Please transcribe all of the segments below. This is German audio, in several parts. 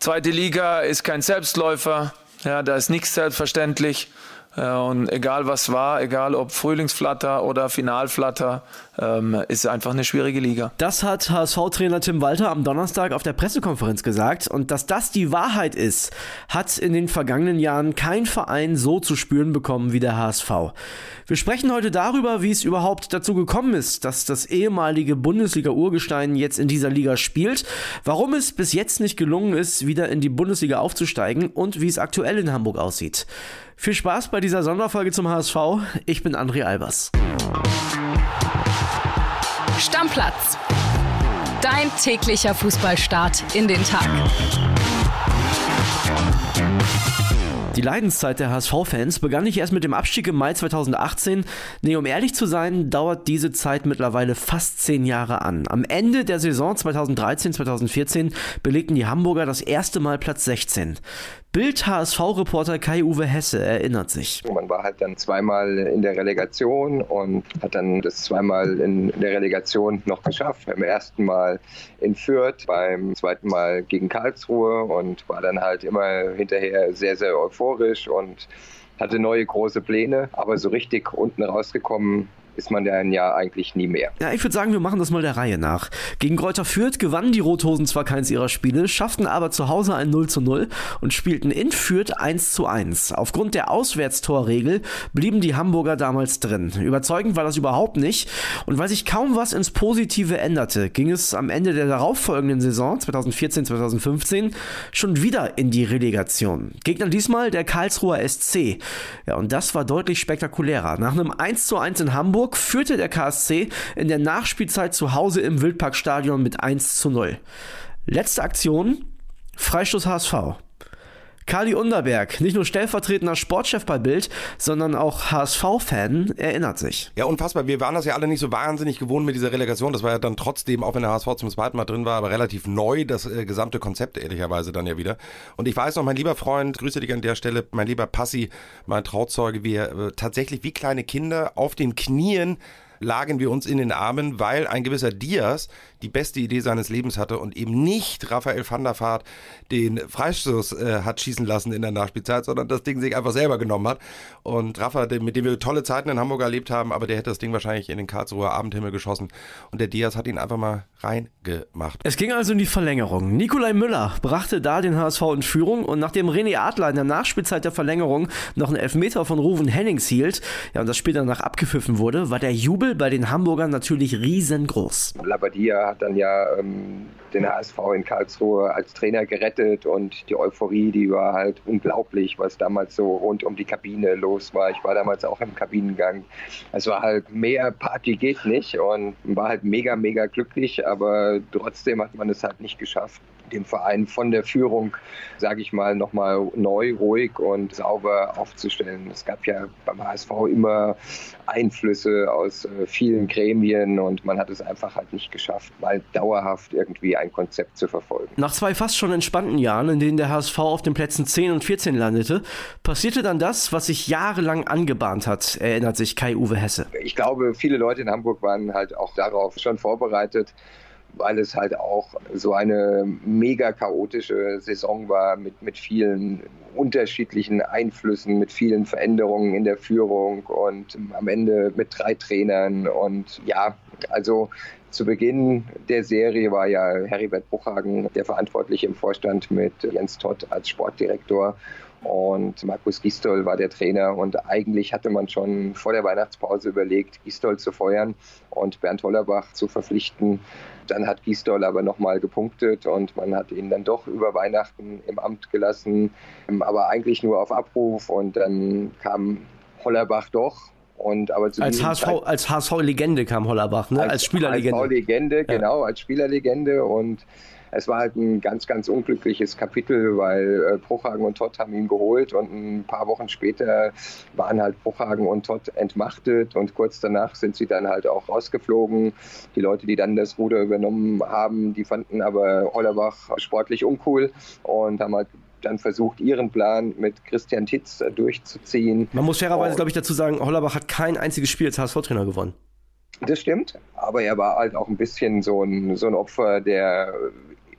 Zweite Liga ist kein Selbstläufer, ja, da ist nichts selbstverständlich. Und egal was war, egal ob Frühlingsflatter oder Finalflatter, ist einfach eine schwierige Liga. Das hat HSV-Trainer Tim Walter am Donnerstag auf der Pressekonferenz gesagt. Und dass das die Wahrheit ist, hat in den vergangenen Jahren kein Verein so zu spüren bekommen wie der HSV. Wir sprechen heute darüber, wie es überhaupt dazu gekommen ist, dass das ehemalige Bundesliga-Urgestein jetzt in dieser Liga spielt, warum es bis jetzt nicht gelungen ist, wieder in die Bundesliga aufzusteigen und wie es aktuell in Hamburg aussieht. Viel Spaß bei dieser Sonderfolge zum HSV. Ich bin André Albers. Stammplatz. Dein täglicher Fußballstart in den Tag. Die Leidenszeit der HSV-Fans begann nicht erst mit dem Abstieg im Mai 2018. Nee, um ehrlich zu sein, dauert diese Zeit mittlerweile fast 10 Jahre an. Am Ende der Saison 2013-2014 belegten die Hamburger das erste Mal Platz 16. Bild-HSV-Reporter Kai-Uwe Hesse erinnert sich. Man war halt dann zweimal in der Relegation und hat dann das zweimal in der Relegation noch geschafft. Beim ersten Mal in Fürth, beim zweiten Mal gegen Karlsruhe und war dann halt immer hinterher sehr, sehr euphorisch und hatte neue große Pläne. Aber so richtig unten rausgekommen ist man dann ja eigentlich nie mehr. Ja, ich würde sagen, wir machen das mal der Reihe nach. Gegen Greuther Fürth gewannen die Rothosen zwar keins ihrer Spiele, schafften aber zu Hause ein 0:0 und spielten in Fürth 1:1. Aufgrund der Auswärtstorregel blieben die Hamburger damals drin. Überzeugend war das überhaupt nicht. Und weil sich kaum was ins Positive änderte, ging es am Ende der darauffolgenden Saison 2014-2015 schon wieder in die Relegation. Gegner diesmal der Karlsruher SC. Ja, und das war deutlich spektakulärer. Nach einem 1:1 in Hamburg führte der KSC in der Nachspielzeit zu Hause im Wildparkstadion mit 1:0. Letzte Aktion, Freistoß HSV. Kali Underberg, nicht nur stellvertretender Sportchef bei Bild, sondern auch HSV-Fan, erinnert sich. Ja, unfassbar. Wir waren das ja alle nicht so wahnsinnig gewohnt mit dieser Relegation. Das war ja dann trotzdem, auch wenn der HSV zum zweiten Mal drin war, aber relativ neu, das gesamte Konzept ehrlicherweise dann ja wieder. Und ich weiß noch, mein lieber Freund, grüße dich an der Stelle, mein lieber Passi, mein Trauzeuge, wir tatsächlich wie kleine Kinder auf den Knien lagen wir uns in den Armen, weil ein gewisser Diaz die beste Idee seines Lebens hatte und eben nicht Raphael van der Vaart den Freistoß hat schießen lassen in der Nachspielzeit, sondern das Ding sich einfach selber genommen hat. Und Rafa, mit dem wir tolle Zeiten in Hamburg erlebt haben, aber der hätte das Ding wahrscheinlich in den Karlsruher Abendhimmel geschossen. Und der Diaz hat ihn einfach mal reingemacht. Es ging also in die Verlängerung. Nikolai Müller brachte da den HSV in Führung und nachdem René Adler in der Nachspielzeit der Verlängerung noch einen Elfmeter von Ruven Hennings hielt, ja, und das Spiel danach abgepfiffen wurde, war der Jubel bei den Hamburgern natürlich riesengroß. Labbadia hat dann ja den HSV in Karlsruhe als Trainer gerettet und die Euphorie, die war halt unglaublich, was damals so rund um die Kabine los war. Ich war damals auch im Kabinengang. Es war halt mehr Party geht nicht und war halt mega, mega glücklich, aber trotzdem hat man es halt nicht geschafft, den Verein von der Führung, sage ich mal, nochmal neu, ruhig und sauber aufzustellen. Es gab ja beim HSV immer Einflüsse aus vielen Gremien und man hat es einfach halt nicht geschafft, mal dauerhaft irgendwie ein Konzept zu verfolgen. Nach 2 fast schon entspannten Jahren, in denen der HSV auf den Plätzen 10 und 14 landete, passierte dann das, was sich jahrelang angebahnt hat, erinnert sich Kai-Uwe Hesse. Ich glaube, viele Leute in Hamburg waren halt auch darauf schon vorbereitet, weil es halt auch so eine mega chaotische Saison war mit vielen unterschiedlichen Einflüssen, mit vielen Veränderungen in der Führung und am Ende mit 3 Trainern. Und ja, also zu Beginn der Serie war ja Heribert Bruchhagen der Verantwortliche im Vorstand mit Jens Todt als Sportdirektor. Und Markus Gisdol war der Trainer und eigentlich hatte man schon vor der Weihnachtspause überlegt, Gisdol zu feuern und Bernd Hollerbach zu verpflichten. Dann hat Gisdol aber nochmal gepunktet und man hat ihn dann doch über Weihnachten im Amt gelassen, aber eigentlich nur auf Abruf und dann kam Hollerbach doch. Und aber zu als HSV-Legende kam Hollerbach, ne? Als Spielerlegende. Als HSV-Legende, genau, als Spielerlegende und es war halt ein ganz, ganz unglückliches Kapitel, weil Bruchhagen und Todt haben ihn geholt und ein paar Wochen später waren halt Bruchhagen und Todt entmachtet und kurz danach sind sie dann halt auch rausgeflogen. Die Leute, die dann das Ruder übernommen haben, die fanden aber Hollerbach sportlich uncool und haben halt dann versucht, ihren Plan mit Christian Titz durchzuziehen. Man muss fairerweise, glaube ich, dazu sagen, Hollerbach hat kein einziges Spiel als HSV-Trainer gewonnen. Das stimmt, aber er war halt auch ein bisschen so ein Opfer, der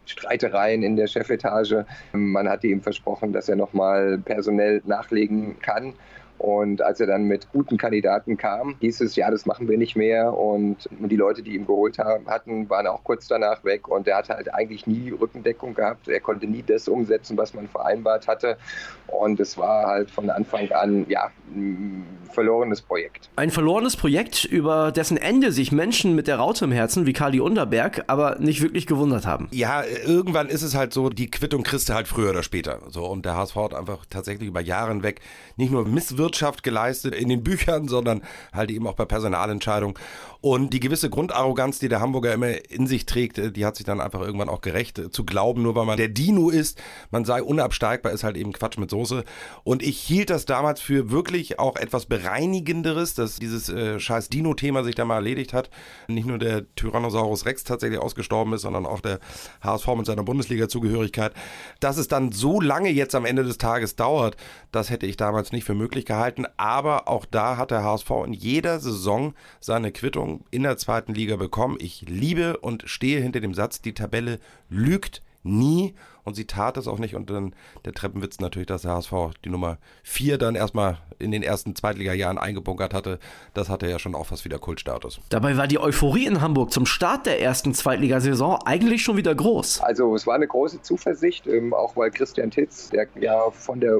Streitereien in der Chefetage. Man hatte ihm versprochen, dass er nochmal personell nachlegen kann. Und als er dann mit guten Kandidaten kam, hieß es, ja, das machen wir nicht mehr. Und die Leute, die ihn geholt hatten, waren auch kurz danach weg. Und er hatte halt eigentlich nie Rückendeckung gehabt. Er konnte nie das umsetzen, was man vereinbart hatte. Und es war halt von Anfang an, ja, ein verlorenes Projekt. Ein verlorenes Projekt, über dessen Ende sich Menschen mit der Raute im Herzen, wie Kali Underberg, aber nicht wirklich gewundert haben. Ja, irgendwann ist es halt so, die Quittung kriegst du halt früher oder später. So, und der HSV hat einfach tatsächlich über Jahre hinweg nicht nur Misswirtschaft geleistet in den Büchern, sondern halt eben auch bei Personalentscheidungen. Und die gewisse Grundarroganz, die der Hamburger immer in sich trägt, die hat sich dann einfach irgendwann auch gerecht. Zu glauben, nur weil man der Dino ist, man sei unabsteigbar, ist halt eben Quatsch mit Soße. Und ich hielt das damals für wirklich auch etwas Bereinigenderes, dass dieses scheiß Dino-Thema sich da mal erledigt hat. Nicht nur der Tyrannosaurus Rex tatsächlich ausgestorben ist, sondern auch der HSV mit seiner Bundesliga-Zugehörigkeit. Dass es dann so lange jetzt am Ende des Tages dauert, das hätte ich damals nicht für möglich gehalten. Aber auch da hat der HSV in jeder Saison seine Quittung in der zweiten Liga bekommen. Ich liebe und stehe hinter dem Satz, die Tabelle lügt nie. Und sie tat es auch nicht. Und dann der Treppenwitz natürlich, dass der HSV die Nummer 4 dann erstmal in den ersten Zweitliga-Jahren eingebunkert hatte. Das hatte ja schon auch fast wieder Kultstatus. Dabei war die Euphorie in Hamburg zum Start der ersten Zweitligasaison eigentlich schon wieder groß. Also es war eine große Zuversicht, auch weil Christian Titz, der ja von der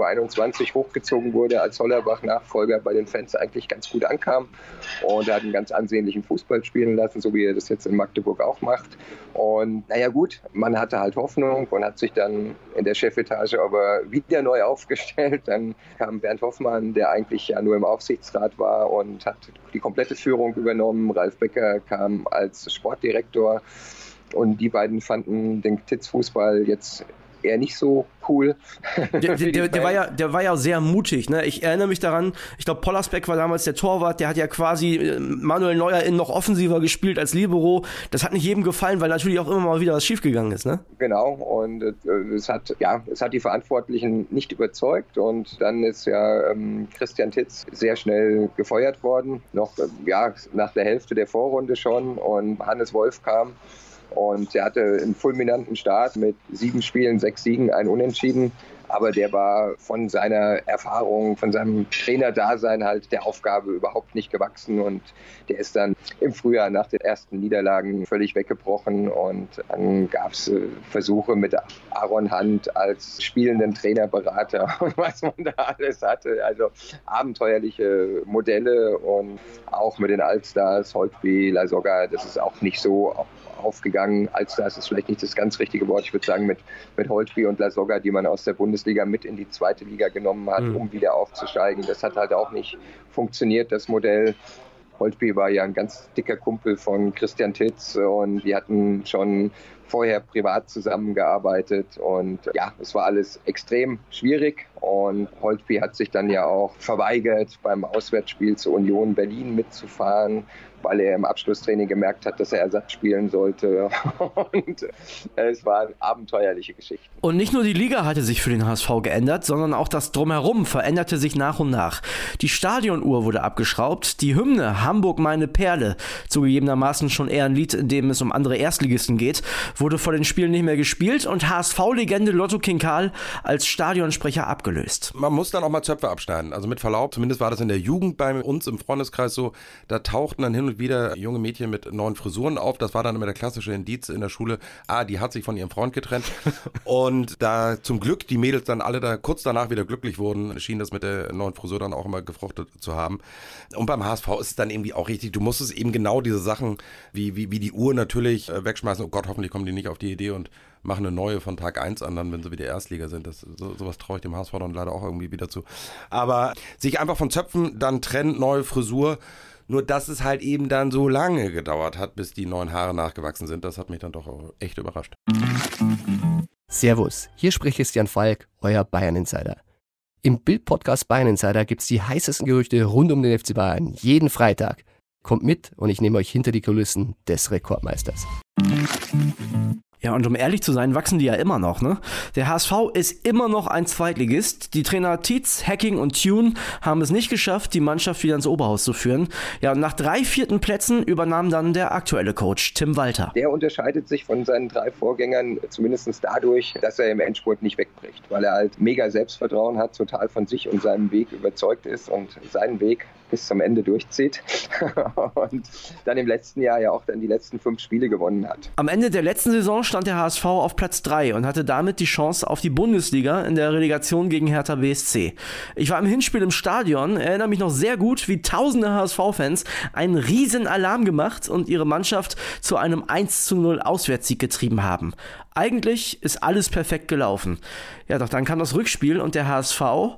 U21 hochgezogen wurde, als Hollerbach-Nachfolger bei den Fans eigentlich ganz gut ankam. Und er hat einen ganz ansehnlichen Fußball spielen lassen, so wie er das jetzt in Magdeburg auch macht. Und naja gut, man hatte halt Hoffnung und hat sich dann in der Chefetage aber wieder neu aufgestellt. Dann kam Bernd Hoffmann, der eigentlich ja nur im Aufsichtsrat war und hat die komplette Führung übernommen. Ralf Becker kam als Sportdirektor und die beiden fanden den Titz-Fußball jetzt eher nicht so cool. Der war ja sehr mutig, ne? Ich erinnere mich daran, ich glaube Pollersbeck war damals der Torwart, der hat ja quasi Manuel Neuer noch offensiver gespielt als Libero. Das hat nicht jedem gefallen, weil natürlich auch immer mal wieder was schiefgegangen ist, ne? Genau, und es hat die Verantwortlichen nicht überzeugt und dann ist ja Christian Titz sehr schnell gefeuert worden, noch nach der Hälfte der Vorrunde schon, und Hannes Wolf kam. Und er hatte einen fulminanten Start mit 7 Spielen, 6 Siegen, 1 Unentschieden. Aber der war von seiner Erfahrung, von seinem Trainerdasein halt der Aufgabe überhaupt nicht gewachsen. Und der ist dann im Frühjahr nach den ersten Niederlagen völlig weggebrochen. Und dann gab es Versuche mit Aaron Hunt als spielenden Trainerberater und was man da alles hatte. Also abenteuerliche Modelle und auch mit den Allstars, Holtby, Lasogga, das ist auch nicht so aufgegangen. Allstars ist vielleicht nicht das ganz richtige Wort. Ich würde sagen, mit Holtby und Lasogga, die man aus der Bundesliga mit in die zweite Liga genommen hat, um wieder aufzusteigen. Das hat halt auch nicht funktioniert, das Modell. Holtby war ja ein ganz dicker Kumpel von Christian Titz und die hatten schon vorher privat zusammengearbeitet und ja, es war alles extrem schwierig und Holtby hat sich dann ja auch verweigert, beim Auswärtsspiel zur Union Berlin mitzufahren, weil er im Abschlusstraining gemerkt hat, dass er Ersatz spielen sollte. Und es waren abenteuerliche Geschichten. Und nicht nur die Liga hatte sich für den HSV geändert, sondern auch das Drumherum veränderte sich nach und nach. Die Stadionuhr wurde abgeschraubt, die Hymne Hamburg meine Perle, zugegebenermaßen schon eher ein Lied, in dem es um andere Erstligisten geht, wurde vor den Spielen nicht mehr gespielt und HSV-Legende Lotto King Karl als Stadionsprecher abgelöst. Man muss dann auch mal Zöpfe abschneiden. Also mit Verlaub, zumindest war das in der Jugend bei uns im Freundeskreis so, da tauchten dann hin und wieder junge Mädchen mit neuen Frisuren auf. Das war dann immer der klassische Indiz in der Schule. Die hat sich von ihrem Freund getrennt. Und da zum Glück die Mädels dann alle da kurz danach wieder glücklich wurden, schien das mit der neuen Frisur dann auch immer gefruchtet zu haben. Und beim HSV ist es dann irgendwie auch richtig. Du musstest eben genau diese Sachen wie die Uhr natürlich wegschmeißen. Oh Gott, hoffentlich kommen die nicht auf die Idee und machen eine neue von Tag 1 an, dann, wenn sie wieder Erstliga sind. Sowas traue ich dem HSV dann leider auch irgendwie wieder zu. Aber sich einfach von Zöpfen dann trennen, neue Frisur. Nur dass es halt eben dann so lange gedauert hat, bis die neuen Haare nachgewachsen sind, das hat mich dann doch echt überrascht. Servus, hier spricht Christian Falk, euer Bayern-Insider. Im Bild-Podcast Bayern-Insider gibt's die heißesten Gerüchte rund um den FC Bayern jeden Freitag. Kommt mit und ich nehme euch hinter die Kulissen des Rekordmeisters. Ja, und um ehrlich zu sein, wachsen die ja immer noch, ne? Der HSV ist immer noch ein Zweitligist. Die Trainer Tietz, Hacking und Thune haben es nicht geschafft, die Mannschaft wieder ins Oberhaus zu führen. Ja, und nach 3 4. Plätzen übernahm dann der aktuelle Coach, Tim Walter. Der unterscheidet sich von seinen 3 Vorgängern zumindest dadurch, dass er im Endspurt nicht wegbricht, weil er halt mega Selbstvertrauen hat, total von sich und seinem Weg überzeugt ist und seinen Weg bis zum Ende durchzieht und dann im letzten Jahr ja auch dann die letzten 5 Spiele gewonnen hat. Am Ende der letzten Saison stand der HSV auf Platz 3 und hatte damit die Chance auf die Bundesliga in der Relegation gegen Hertha BSC. Ich war im Hinspiel im Stadion, erinnere mich noch sehr gut, wie tausende HSV-Fans einen riesen Alarm gemacht und ihre Mannschaft zu einem 1:0 Auswärtssieg getrieben haben. Eigentlich ist alles perfekt gelaufen. Ja, doch dann kam das Rückspiel und der HSV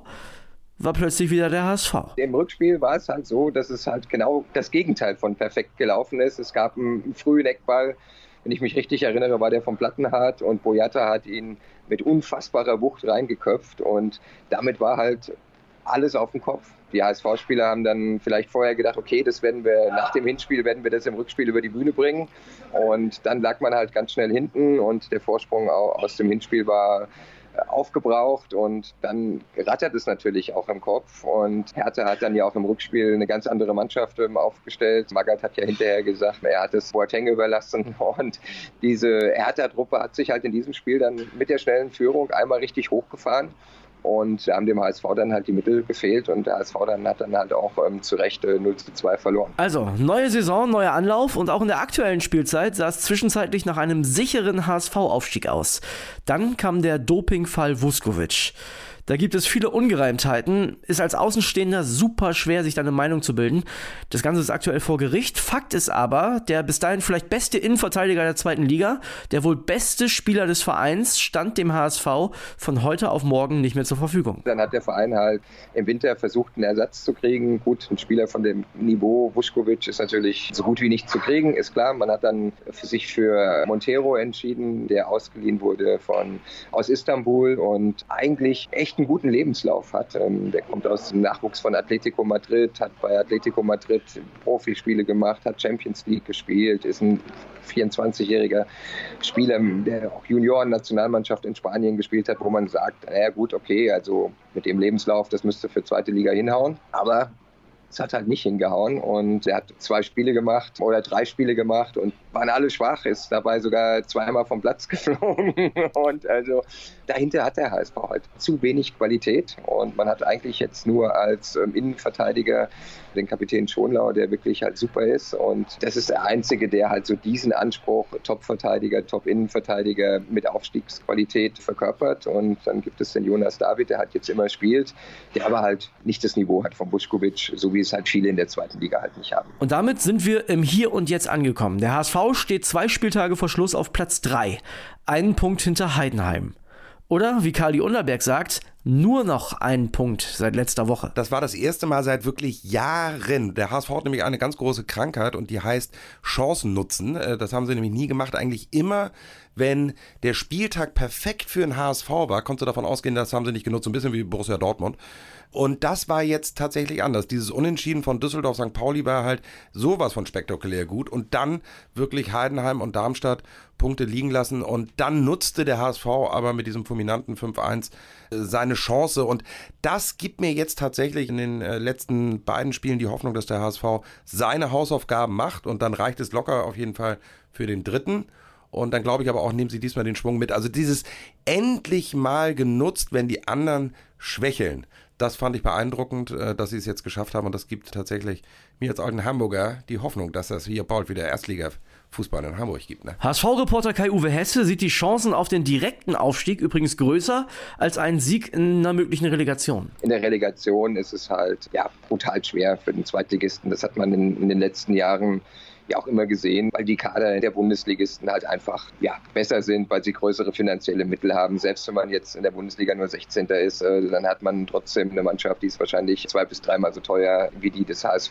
war plötzlich wieder der HSV. Im Rückspiel war es halt so, dass es halt genau das Gegenteil von perfekt gelaufen ist. Es gab einen frühen Eckball, wenn ich mich richtig erinnere, war der von Plattenhardt und Boyata hat ihn mit unfassbarer Wucht reingeköpft und damit war halt alles auf dem Kopf. Die HSV-Spieler haben dann vielleicht vorher gedacht, okay, das werden wir nach dem Hinspiel, werden wir das im Rückspiel über die Bühne bringen und dann lag man halt ganz schnell hinten und der Vorsprung aus dem Hinspiel war aufgebraucht und dann rattert es natürlich auch im Kopf und Hertha hat dann ja auch im Rückspiel eine ganz andere Mannschaft aufgestellt. Magath hat ja hinterher gesagt, er hat es Boateng überlassen und diese Hertha-Truppe hat sich halt in diesem Spiel dann mit der schnellen Führung einmal richtig hochgefahren und haben dem HSV dann halt die Mittel gefehlt und der HSV hat dann halt auch zu Recht 0:2 verloren. Also, neue Saison, neuer Anlauf und auch in der aktuellen Spielzeit sah es zwischenzeitlich nach einem sicheren HSV-Aufstieg aus. Dann kam der Dopingfall Vuskovic. Da gibt es viele Ungereimtheiten, ist als Außenstehender super schwer, sich da eine Meinung zu bilden. Das Ganze ist aktuell vor Gericht. Fakt ist aber, der bis dahin vielleicht beste Innenverteidiger der 2. Liga, der wohl beste Spieler des Vereins, stand dem HSV von heute auf morgen nicht mehr zur Verfügung. Dann hat der Verein halt im Winter versucht, einen Ersatz zu kriegen. Gut, ein Spieler von dem Niveau Vuskovic ist natürlich so gut wie nicht zu kriegen, ist klar. Man hat dann sich für Montero entschieden, der ausgeliehen wurde aus Istanbul und eigentlich echt einen guten Lebenslauf hat. Der kommt aus dem Nachwuchs von Atletico Madrid, hat bei Atletico Madrid Profispiele gemacht, hat Champions League gespielt, ist ein 24-jähriger Spieler, der auch Junioren-Nationalmannschaft in Spanien gespielt hat, wo man sagt, naja gut, okay, also mit dem Lebenslauf, das müsste für 2. Liga hinhauen, aber es hat halt nicht hingehauen und er hat 2 Spiele gemacht oder 3 Spiele gemacht und waren alle schwach, ist dabei sogar 2-mal vom Platz geflogen und also dahinter hat der HSV halt zu wenig Qualität und man hat eigentlich jetzt nur als Innenverteidiger den Kapitän Schonlau, der wirklich halt super ist und das ist der Einzige, der halt so diesen Anspruch Top-Verteidiger, Top-Innenverteidiger mit Aufstiegsqualität verkörpert und dann gibt es den Jonas David, der halt jetzt immer spielt, der aber halt nicht das Niveau hat von Vuskovic, so wie es halt viele in der 2. Liga halt nicht haben. Und damit sind wir im Hier und Jetzt angekommen. Der HSV steht 2 Spieltage vor Schluss auf Platz 3, einen Punkt hinter Heidenheim. Oder, wie Carly Underberg sagt, nur noch einen Punkt seit letzter Woche. Das war das erste Mal seit wirklich Jahren. Der HSV hat nämlich eine ganz große Krankheit und die heißt Chancen nutzen. Das haben sie nämlich nie gemacht. Eigentlich immer, wenn der Spieltag perfekt für den HSV war, konntest du davon ausgehen, das haben sie nicht genutzt. So ein bisschen wie Borussia Dortmund. Und das war jetzt tatsächlich anders. Dieses Unentschieden von Düsseldorf, St. Pauli war halt sowas von spektakulär gut. Und dann wirklich Heidenheim und Darmstadt Punkte liegen lassen. Und dann nutzte der HSV aber mit diesem fulminanten 5-1 seine Chance. Und das gibt mir jetzt tatsächlich in den letzten beiden Spielen die Hoffnung, dass der HSV seine Hausaufgaben macht. Und dann reicht es locker auf jeden Fall für den 3. Und dann glaube ich aber auch, nehmen sie diesmal den Schwung mit. Also dieses endlich mal genutzt, wenn die anderen schwächeln. Das fand ich beeindruckend, dass sie es jetzt geschafft haben. Und das gibt tatsächlich mir als alten Hamburger die Hoffnung, dass das hier bald wieder Erstliga-Fußball in Hamburg gibt. Ne? HSV-Reporter Kai-Uwe Hesse sieht die Chancen auf den direkten Aufstieg übrigens größer als einen Sieg in einer möglichen Relegation. In der Relegation ist es halt brutal schwer für den Zweitligisten. Das hat man in den letzten Jahren ja auch immer gesehen, weil die Kader der Bundesligisten halt einfach besser sind, weil sie größere finanzielle Mittel haben. Selbst wenn man jetzt in der Bundesliga nur 16. ist, dann hat man trotzdem eine Mannschaft, die ist wahrscheinlich 2- bis 3-mal so teuer wie die des HSV.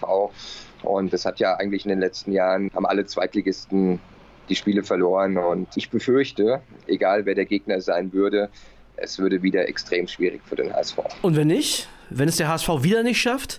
Und das hat ja eigentlich in den letzten Jahren, haben alle Zweitligisten die Spiele verloren. Und ich befürchte, egal wer der Gegner sein würde, es würde wieder extrem schwierig für den HSV. Und wenn nicht? Wenn es der HSV wieder nicht schafft?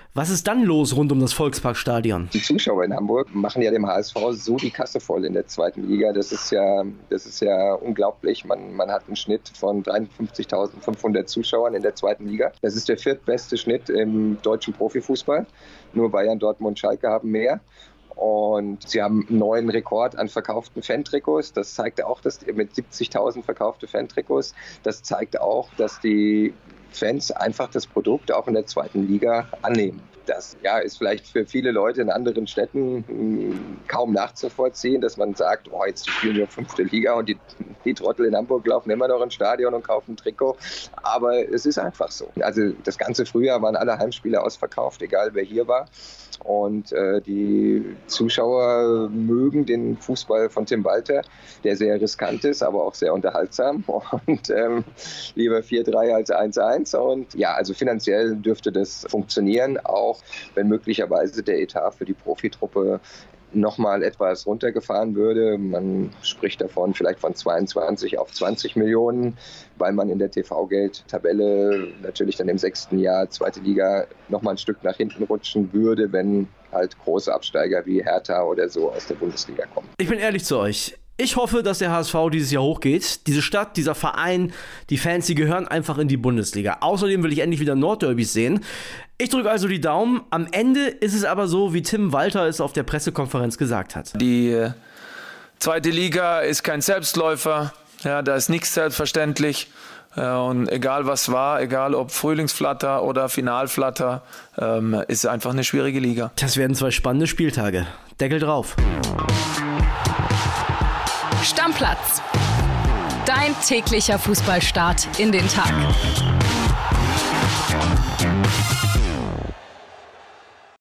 Was ist dann los rund um das Volksparkstadion? Die Zuschauer in Hamburg machen ja dem HSV so die Kasse voll in der zweiten Liga. Das ist ja unglaublich. Man hat einen Schnitt von 53.500 Zuschauern in der zweiten Liga. Das ist der viertbeste Schnitt im deutschen Profifußball. Nur Bayern, Dortmund und Schalke haben mehr. Und sie haben einen neuen Rekord an verkauften Fantrikots. Das zeigt auch, dass mit 70.000 verkaufte Fantrikots, das zeigt auch, dass die Fans einfach das Produkt auch in der zweiten Liga annehmen. Das ist vielleicht für viele Leute in anderen Städten kaum nachzuvollziehen, dass man sagt, jetzt spielen wir 5. Liga und die Trottel in Hamburg laufen immer noch ins Stadion und kaufen ein Trikot. Aber es ist einfach so. Also das ganze Frühjahr waren alle Heimspiele ausverkauft, egal wer hier war. Und die Zuschauer mögen den Fußball von Tim Walter, der sehr riskant ist, aber auch sehr unterhaltsam. Und lieber 4-3 als 1-1. Und also finanziell dürfte das funktionieren, auch wenn möglicherweise der Etat für die Profitruppe nochmal etwas runtergefahren würde. Man spricht davon vielleicht von 22 auf 20 Millionen, weil man in der TV-Geld-Tabelle natürlich dann im 6. Jahr zweite Liga nochmal ein Stück nach hinten rutschen würde, wenn halt große Absteiger wie Hertha oder so aus der Bundesliga kommen. Ich bin ehrlich zu euch. Ich hoffe, dass der HSV dieses Jahr hochgeht. Diese Stadt, dieser Verein, die Fans, die gehören einfach in die Bundesliga. Außerdem will ich endlich wieder Nordderbys sehen. Ich drücke also die Daumen. Am Ende ist es aber so, wie Tim Walter es auf der Pressekonferenz gesagt hat. Die zweite Liga ist kein Selbstläufer. Ja, da ist nichts selbstverständlich. Und egal was war, egal ob Frühlingsflatter oder Finalflatter, ist einfach eine schwierige Liga. Das werden 2 spannende Spieltage. Deckel drauf. Stammplatz. Dein täglicher Fußballstart in den Tag.